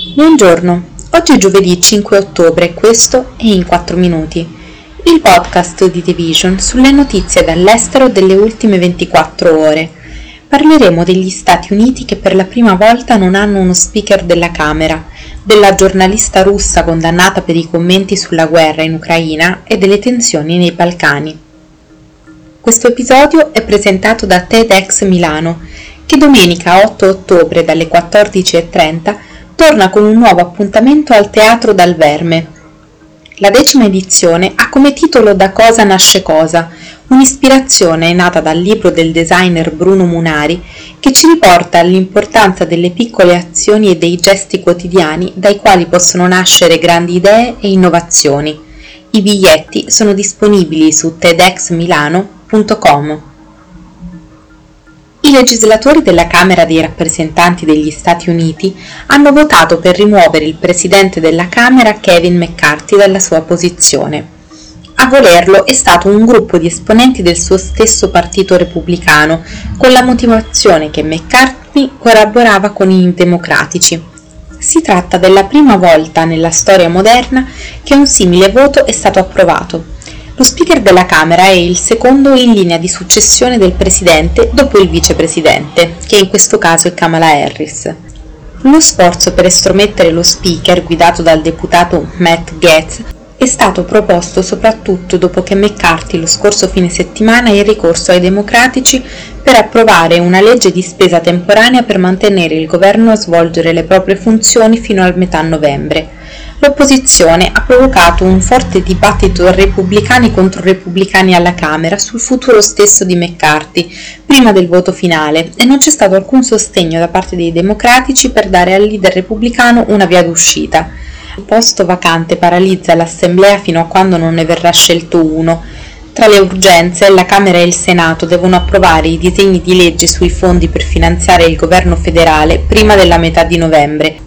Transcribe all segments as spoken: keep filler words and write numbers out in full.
Buongiorno, oggi è giovedì cinque ottobre e questo è In quattro minuti, il podcast di The Vision sulle notizie dall'estero delle ultime ventiquattro ore. Parleremo degli Stati Uniti che per la prima volta non hanno uno speaker della Camera, della giornalista russa condannata per i commenti sulla guerra in Ucraina e delle tensioni nei Balcani. Questo episodio è presentato da TEDx Milano, che domenica otto ottobre dalle quattordici e trenta torna con un nuovo appuntamento al Teatro Dal Verme. La decima edizione ha come titolo Da cosa nasce cosa, un'ispirazione nata dal libro del designer Bruno Munari che ci riporta all'importanza delle piccole azioni e dei gesti quotidiani dai quali possono nascere grandi idee e innovazioni. I biglietti sono disponibili su tedx milano punto com. I legislatori della Camera dei rappresentanti degli Stati Uniti hanno votato per rimuovere il presidente della Camera Kevin McCarthy dalla sua posizione. A volerlo è stato un gruppo di esponenti del suo stesso partito repubblicano, con la motivazione che McCarthy collaborava con i democratici. Si tratta della prima volta nella storia moderna che un simile voto è stato approvato. Lo speaker della Camera è il secondo in linea di successione del presidente dopo il vicepresidente, che in questo caso è Kamala Harris. Lo sforzo per estromettere lo speaker, guidato dal deputato Matt Gaetz, è stato proposto soprattutto dopo che McCarthy lo scorso fine settimana è ricorso ai democratici per approvare una legge di spesa temporanea per mantenere il governo a svolgere le proprie funzioni fino a metà novembre. L'opposizione ha provocato un forte dibattito repubblicani contro repubblicani alla Camera sul futuro stesso di McCarthy prima del voto finale e non c'è stato alcun sostegno da parte dei democratici per dare al leader repubblicano una via d'uscita. Il posto vacante paralizza l'Assemblea fino a quando non ne verrà scelto uno. Tra le urgenze, la Camera e il Senato devono approvare i disegni di legge sui fondi per finanziare il governo federale prima della metà di novembre.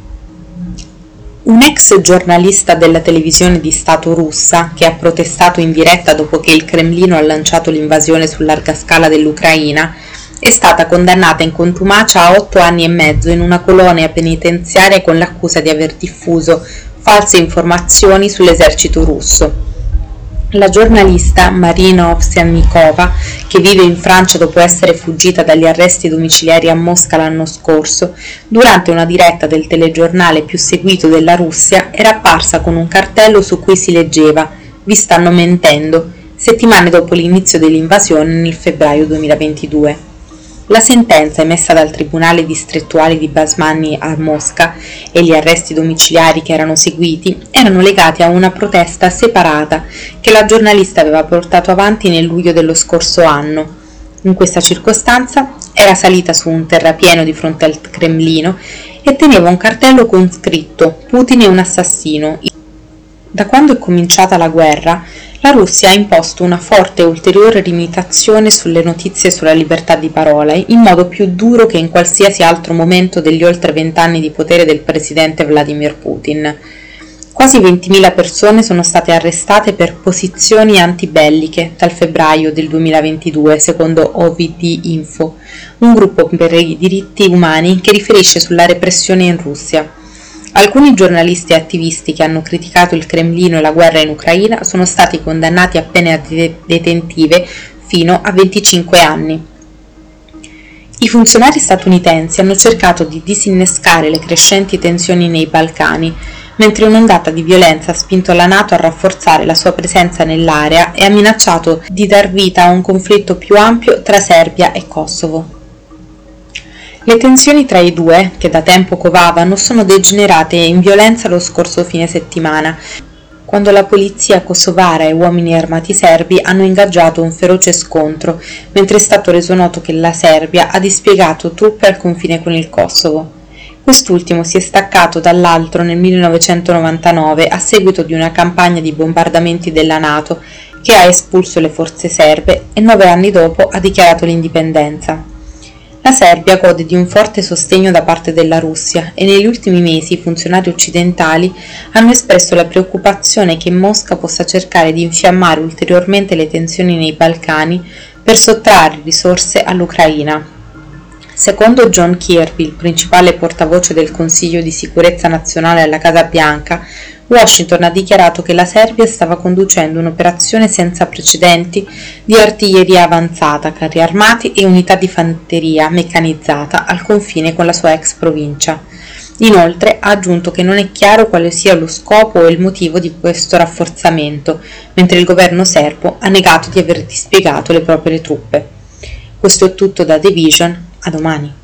Un ex giornalista della televisione di Stato russa, che ha protestato in diretta dopo che il Cremlino ha lanciato l'invasione su larga scala dell'Ucraina, è stata condannata in contumacia a otto anni e mezzo in una colonia penitenziaria con l'accusa di aver diffuso false informazioni sull'esercito russo. La giornalista Marina Ovsyannikova, che vive in Francia dopo essere fuggita dagli arresti domiciliari a Mosca l'anno scorso, durante una diretta del telegiornale più seguito della Russia era apparsa con un cartello su cui si leggeva «Vi stanno mentendo», settimane dopo l'inizio dell'invasione nel febbraio duemilaventidue. La sentenza emessa dal Tribunale distrettuale di Basmanny a Mosca e gli arresti domiciliari che erano seguiti erano legati a una protesta separata che la giornalista aveva portato avanti nel luglio dello scorso anno. In questa circostanza era salita su un terrapieno di fronte al Cremlino e teneva un cartello con scritto «Putin è un assassino». Da quando è cominciata la guerra, la Russia ha imposto una forte e ulteriore limitazione sulle notizie sulla libertà di parola, in modo più duro che in qualsiasi altro momento degli oltre vent'anni di potere del presidente Vladimir Putin. Quasi ventimila persone sono state arrestate per posizioni antibelliche dal febbraio del duemilaventidue, secondo O V D Info, un gruppo per i diritti umani che riferisce sulla repressione in Russia. Alcuni giornalisti e attivisti che hanno criticato il Cremlino e la guerra in Ucraina sono stati condannati a pene detentive fino a venticinque anni. I funzionari statunitensi hanno cercato di disinnescare le crescenti tensioni nei Balcani, mentre un'ondata di violenza ha spinto la NATO a rafforzare la sua presenza nell'area e ha minacciato di dar vita a un conflitto più ampio tra Serbia e Kosovo. Le tensioni tra i due, che da tempo covavano, sono degenerate in violenza lo scorso fine settimana, quando la polizia kosovara e uomini armati serbi hanno ingaggiato un feroce scontro, mentre è stato reso noto che la Serbia ha dispiegato truppe al confine con il Kosovo. Quest'ultimo si è staccato dall'altro nel millenovecentonovantanove a seguito di una campagna di bombardamenti della NATO che ha espulso le forze serbe e nove anni dopo ha dichiarato l'indipendenza. La Serbia gode di un forte sostegno da parte della Russia e negli ultimi mesi i funzionari occidentali hanno espresso la preoccupazione che Mosca possa cercare di infiammare ulteriormente le tensioni nei Balcani per sottrarre risorse all'Ucraina. Secondo John Kirby, il principale portavoce del Consiglio di sicurezza nazionale alla Casa Bianca, Washington ha dichiarato che la Serbia stava conducendo un'operazione senza precedenti di artiglieria avanzata, carri armati e unità di fanteria meccanizzata al confine con la sua ex provincia. Inoltre ha aggiunto che non è chiaro quale sia lo scopo o il motivo di questo rafforzamento, mentre il governo serbo ha negato di aver dispiegato le proprie truppe. Questo è tutto da The Vision, a domani.